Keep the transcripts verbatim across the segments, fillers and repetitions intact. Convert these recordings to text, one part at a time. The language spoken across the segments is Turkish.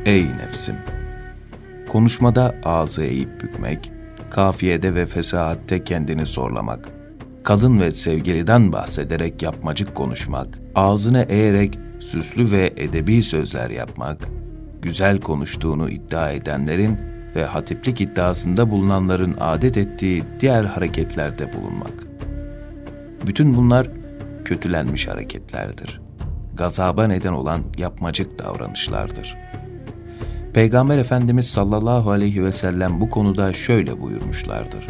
Ey nefsim! Konuşmada ağzı eğip bükmek, kafiyede ve fesahatte kendini zorlamak, kadın ve sevgiliden bahsederek yapmacık konuşmak, ağzını eğerek süslü ve edebi sözler yapmak, güzel konuştuğunu iddia edenlerin ve hatiplik iddiasında bulunanların adet ettiği diğer hareketlerde bulunmak. Bütün bunlar kötülenmiş hareketlerdir. Gazaba neden olan yapmacık davranışlardır. Peygamber Efendimiz sallallahu aleyhi ve sellem bu konuda şöyle buyurmuşlardır.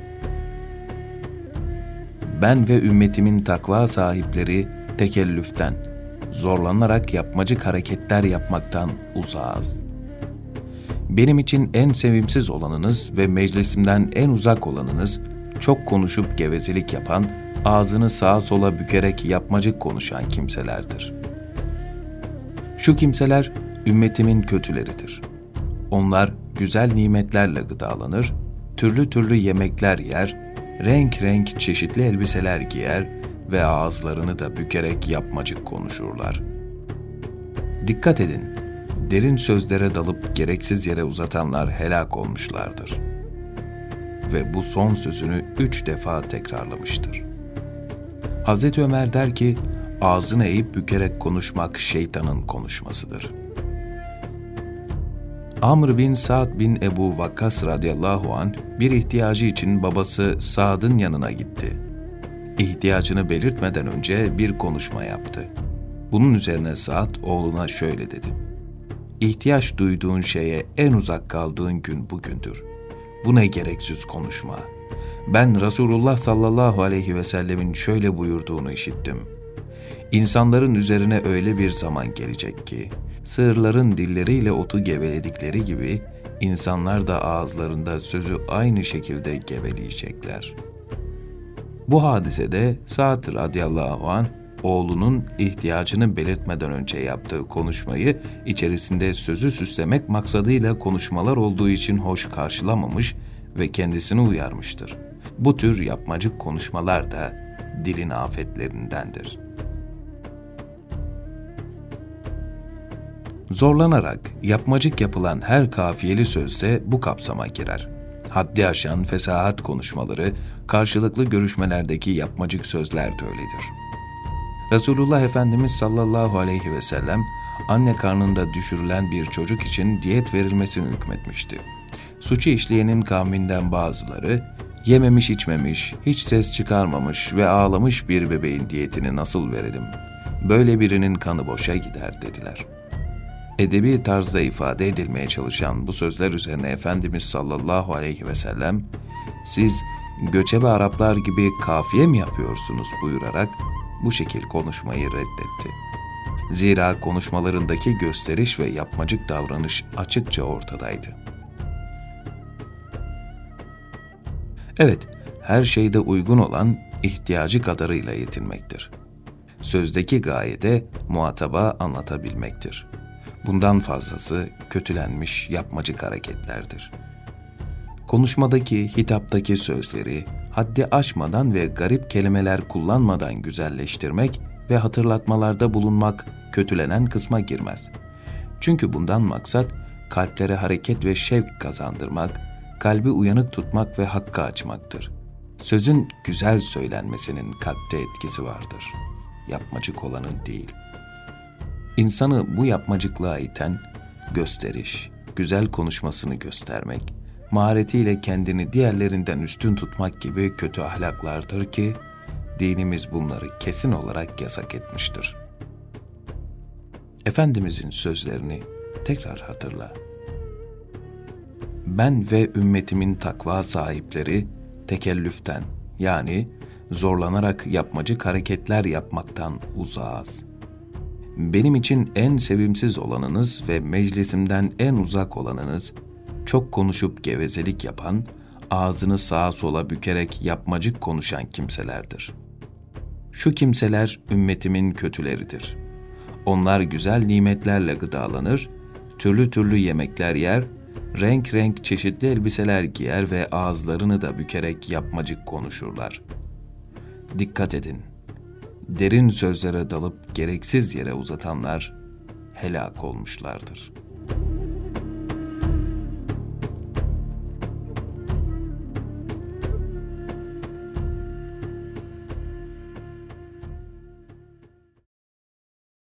Ben ve ümmetimin takva sahipleri tekellüften, zorlanarak yapmacık hareketler yapmaktan uzağız. Benim için en sevimsiz olanınız ve meclisimden en uzak olanınız, çok konuşup gevezelik yapan, ağzını sağa sola bükerek yapmacık konuşan kimselerdir. Şu kimseler ümmetimin kötüleridir. Onlar güzel nimetlerle gıdalanır, türlü türlü yemekler yer, renk renk çeşitli elbiseler giyer ve ağızlarını da bükerek yapmacık konuşurlar. Dikkat edin, derin sözlere dalıp gereksiz yere uzatanlar helak olmuşlardır. Ve bu son sözünü üç defa tekrarlamıştır. Hazreti Ömer der ki, ağzını eğip bükerek konuşmak şeytanın konuşmasıdır. Amr bin Sa'd bin Ebu Vakkas radıyallahu anh bir ihtiyacı için babası Sa'd'ın yanına gitti. İhtiyacını belirtmeden önce bir konuşma yaptı. Bunun üzerine Sa'd oğluna şöyle dedi. İhtiyaç duyduğun şeye en uzak kaldığın gün bugündür. Bu ne gereksiz konuşma. Ben Resulullah sallallahu aleyhi ve sellemin şöyle buyurduğunu işittim. İnsanların üzerine öyle bir zaman gelecek ki, sığırların dilleriyle otu geveledikleri gibi, insanlar da ağızlarında sözü aynı şekilde geveleyecekler. Bu hadisede Sa'd radıyallahu anh, oğlunun ihtiyacını belirtmeden önce yaptığı konuşmayı, içerisinde sözü süslemek maksadıyla konuşmalar olduğu için hoş karşılamamış ve kendisini uyarmıştır. Bu tür yapmacık konuşmalar da dilin afetlerindendir. Zorlanarak yapmacık yapılan her kafiyeli sözde bu kapsama girer. Haddi aşan fesahat konuşmaları, karşılıklı görüşmelerdeki yapmacık sözler de öyledir. Resulullah Efendimiz sallallahu aleyhi ve sellem, anne karnında düşürülen bir çocuk için diyet verilmesini hükmetmişti. Suçu işleyenin kavminden bazıları, yememiş içmemiş, hiç ses çıkarmamış ve ağlamış bir bebeğin diyetini nasıl verelim? Böyle birinin kanı boşa gider dediler. Edebi tarzda ifade edilmeye çalışan bu sözler üzerine Efendimiz sallallahu aleyhi ve sellem, siz göçebe Araplar gibi kafiye mi yapıyorsunuz buyurarak bu şekil konuşmayı reddetti. Zira konuşmalarındaki gösteriş ve yapmacık davranış açıkça ortadaydı. Evet, her şeyde uygun olan ihtiyacı kadarıyla yetinmektir. Sözdeki gaye de muhataba anlatabilmektir. Bundan fazlası kötülenmiş yapmacık hareketlerdir. Konuşmadaki, hitaptaki sözleri haddi aşmadan ve garip kelimeler kullanmadan güzelleştirmek ve hatırlatmalarda bulunmak kötülenen kısma girmez. Çünkü bundan maksat kalplere hareket ve şevk kazandırmak, kalbi uyanık tutmak ve hakka açmaktır. Sözün güzel söylenmesinin kalpte etkisi vardır. Yapmacık olanın değil. İnsanı bu yapmacıklığa iten, gösteriş, güzel konuşmasını göstermek, maharetiyle kendini diğerlerinden üstün tutmak gibi kötü ahlaklardır ki, dinimiz bunları kesin olarak yasak etmiştir. Efendimizin sözlerini tekrar hatırla. Ben ve ümmetimin takva sahipleri tekellüften, yani zorlanarak yapmacık hareketler yapmaktan uzağız. Benim için en sevimsiz olanınız ve meclisimden en uzak olanınız, çok konuşup gevezelik yapan, ağzını sağa sola bükerek yapmacık konuşan kimselerdir. Şu kimseler ümmetimin kötüleridir. Onlar güzel nimetlerle gıdalanır, türlü türlü yemekler yer, renk renk çeşitli elbiseler giyer ve ağızlarını da bükerek yapmacık konuşurlar. Dikkat edin, derin sözlere dalıp gereksiz yere uzatanlar helak olmuşlardır.